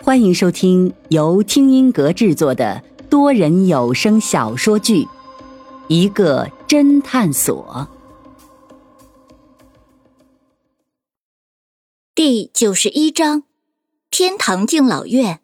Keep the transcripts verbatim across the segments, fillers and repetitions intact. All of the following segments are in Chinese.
欢迎收听由听音阁制作的多人有声小说剧《一个侦探所》 第九十一章天堂敬老院。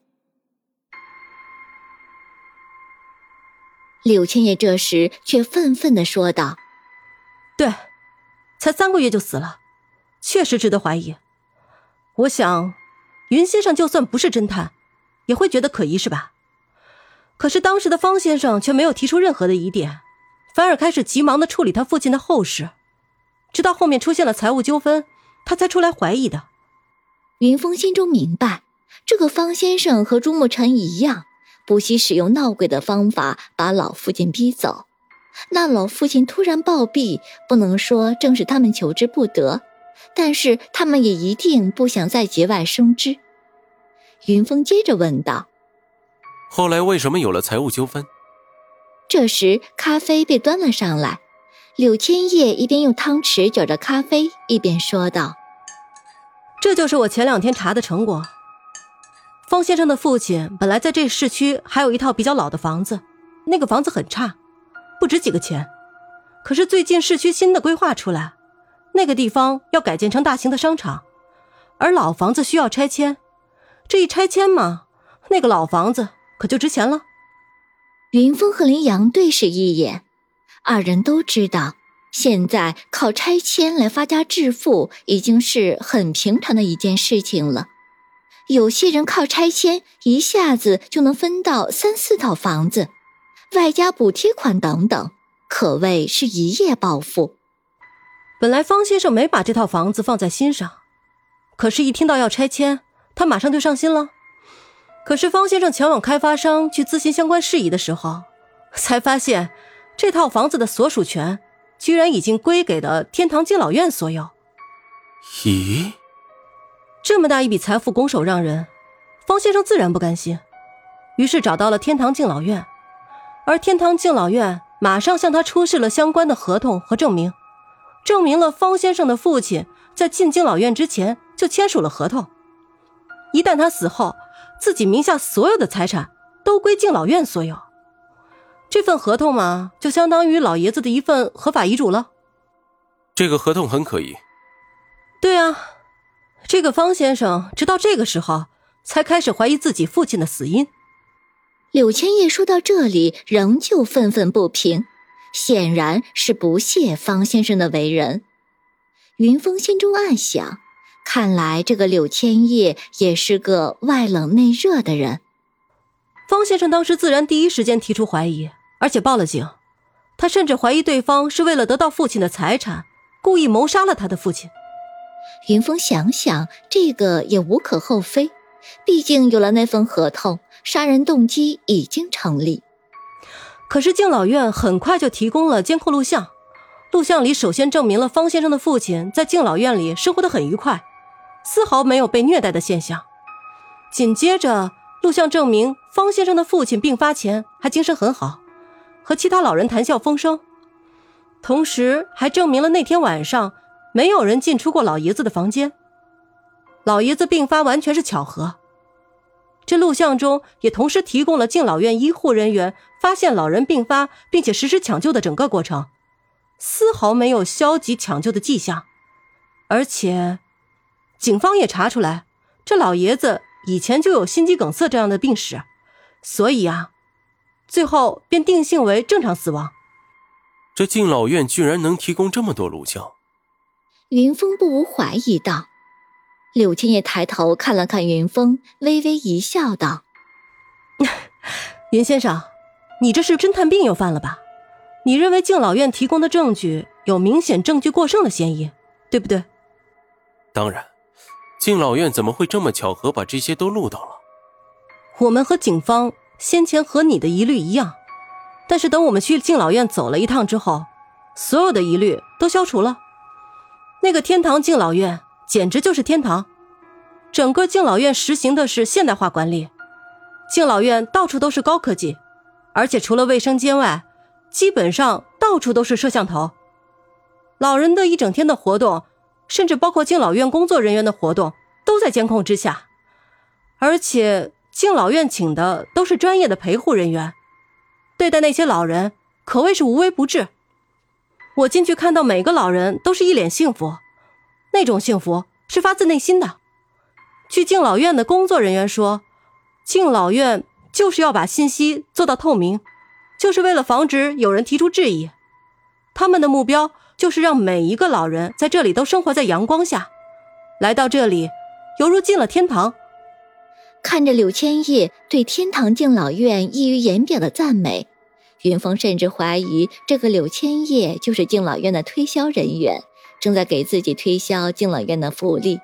柳千叶这时却愤愤地说道： 对，才三个月就死了，确实值得怀疑。我想云先生就算不是侦探也会觉得可疑是吧？可是当时的方先生却没有提出任何的疑点，反而开始急忙地处理他父亲的后事，直到后面出现了财务纠纷，他才出来怀疑的。 云峰心中明白，这个方先生和朱沐晨一样，不惜使用闹鬼的方法把老父亲逼走。那老父亲突然暴毙，不能说正是他们求之不得，但是他们也一定不想再节外生枝。云峰接着问道： 后来为什么有了财务纠纷？ 这时咖啡被端了上来，柳千叶一边用汤匙搅着咖啡，一边说道： 这就是我前两天查的成果。方先生的父亲本来在这市区还有一套比较老的房子，那个房子很差，不值几个钱。可是最近市区新的规划出来，那个地方要改建成大型的商场，而老房子需要拆迁，这一拆迁嘛，那个老房子可就值钱了。 云峰和林阳对视一眼，二人都知道现在靠拆迁来发家致富已经是很平常的一件事情了。有些人靠拆迁一下子就能分到三四套房子，外加补贴款等等，可谓是一夜暴富。 本来方先生没把这套房子放在心上，可是一听到要拆迁，他马上就上心了。可是方先生前往开发商去咨询相关事宜的时候，才发现这套房子的所属权居然已经归给了天堂敬老院所有。 咦， 这么大一笔财富拱手让人，方先生自然不甘心，于是找到了天堂敬老院，而天堂敬老院马上向他出示了相关的合同和证明，证明了方先生的父亲在进敬老院之前就签署了合同，一旦他死后，自己名下所有的财产都归敬老院所有。这份合同嘛，就相当于老爷子的一份合法遗嘱了。 这个合同很可疑。 对啊，这个方先生直到这个时候才开始怀疑自己父亲的死因。 柳千叶说到这里仍旧愤愤不平，显然是不屑方先生的为人。云峰心中暗想，看来这个柳千叶也是个外冷内热的人。 方先生当时自然第一时间提出怀疑，而且报了警。他甚至怀疑对方是为了得到父亲的财产，故意谋杀了他的父亲。 云峰想想，这个也无可厚非，毕竟有了那份合同，杀人动机已经成立。 可是敬老院很快就提供了监控录像，录像里首先证明了方先生的父亲在敬老院里生活得很愉快，丝毫没有被虐待的现象。紧接着录像证明方先生的父亲病发前还精神很好，和其他老人谈笑风生，同时还证明了那天晚上没有人进出过老爷子的房间。老爷子病发完全是巧合。这录像中也同时提供了敬老院医护人员发现老人病发并且实施抢救的整个过程，丝毫没有消极抢救的迹象。而且警方也查出来，这老爷子以前就有心肌梗塞这样的病史，所以啊，最后便定性为正常死亡。 这敬老院居然能提供这么多录像。 云峰不无怀疑道。柳千叶抬头看了看云峰，微微一笑道： 云先生，你这是侦探病又犯了吧？你认为敬老院提供的证据有明显证据过剩的嫌疑，对不对？ 当然，敬老院怎么会这么巧合把这些都录到了？ 我们和警方先前和你的疑虑一样，但是等我们去敬老院走了一趟之后，所有的疑虑都消除了。那个天堂敬老院简直就是天堂，整个敬老院实行的是现代化管理，敬老院到处都是高科技，而且除了卫生间外，基本上到处都是摄像头。老人的一整天的活动，甚至包括敬老院工作人员的活动，都在监控之下。 而且敬老院请的都是专业的陪护人员，对待那些老人可谓是无微不至。我进去看到每个老人都是一脸幸福，那种幸福是发自内心的。据敬老院的工作人员说，敬老院就是要把信息做到透明，就是为了防止有人提出质疑。他们的目标就是让每一个老人在这里都生活在阳光下，来到这里犹如进了天堂。 看着柳千叶对天堂敬老院溢于言表的赞美，云峰甚至怀疑这个柳千叶就是敬老院的推销人员，正在给自己推销敬老院的福利。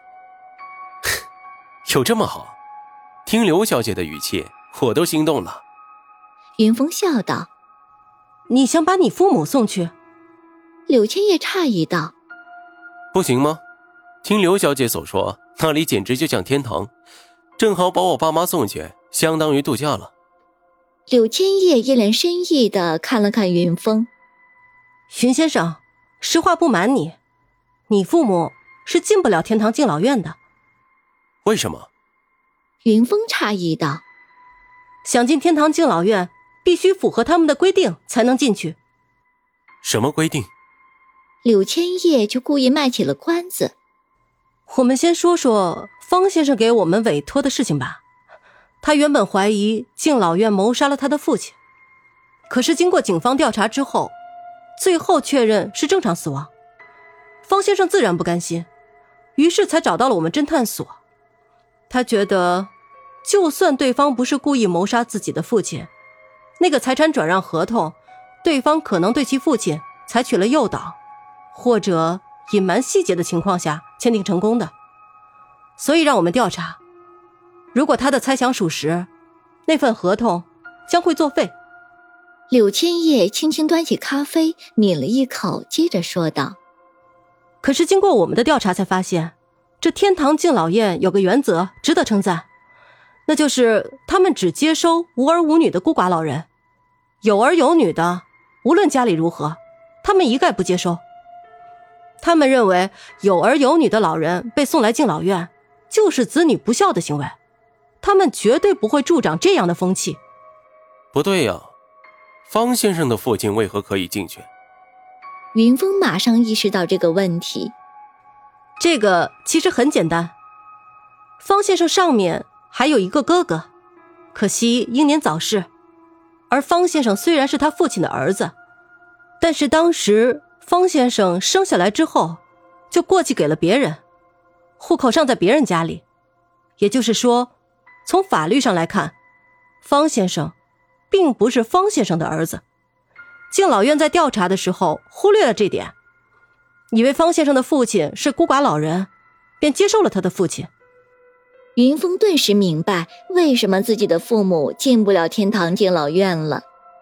有这么好？听刘小姐的语气，我都心动了。 云峰笑道： 你想把你父母送去？ 柳千叶诧异道： 不行吗？听刘小姐所说，那里简直就像天堂，正好把我爸妈送去，相当于度假了。 柳千叶一脸深意地看了看云峰。 云先生，实话不瞒你，你父母是进不了天堂敬老院的。 为什么？ 云峰诧异道： 想进天堂敬老院必须符合他们的规定才能进去。 什么规定？ 柳千叶就故意卖起了关子。 我们先说说方先生给我们委托的事情吧。他原本怀疑敬老院谋杀了他的父亲，可是经过警方调查之后，最后确认是正常死亡。方先生自然不甘心，于是才找到了我们侦探所。他觉得就算对方不是故意谋杀自己的父亲，那个财产转让合同，对方可能对其父亲采取了诱导或者隐瞒细节的情况下签订成功的，所以让我们调查。如果他的猜想属实，那份合同将会作废。 柳千叶轻轻端起咖啡，抿了一口，接着说道： 可是经过我们的调查才发现，这天堂敬老院有个原则值得称赞，那就是他们只接收无儿无女的孤寡老人，有儿有女的无论家里如何，他们一概不接收。他们认为有儿有女的老人被送来敬老院就是子女不孝的行为，他们绝对不会助长这样的风气。 不对呀，方先生的父亲为何可以进去？ 云峰马上意识到这个问题。 这个其实很简单，方先生上面还有一个哥哥，可惜英年早逝，而方先生虽然是他父亲的儿子，但是当时方先生生下来之后就过继给了别人，户口上在别人家里，也就是说从法律上来看，方先生并不是方先生的儿子。敬老院在调查的时候忽略了这点，以为方先生的父亲是孤寡老人，便接受了他的父亲。 云峰顿时明白为什么自己的父母进不了天堂敬老院了。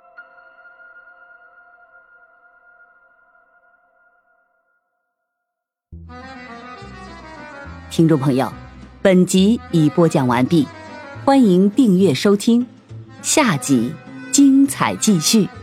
听众朋友，本集已播讲完毕，欢迎订阅收听，下集精彩继续。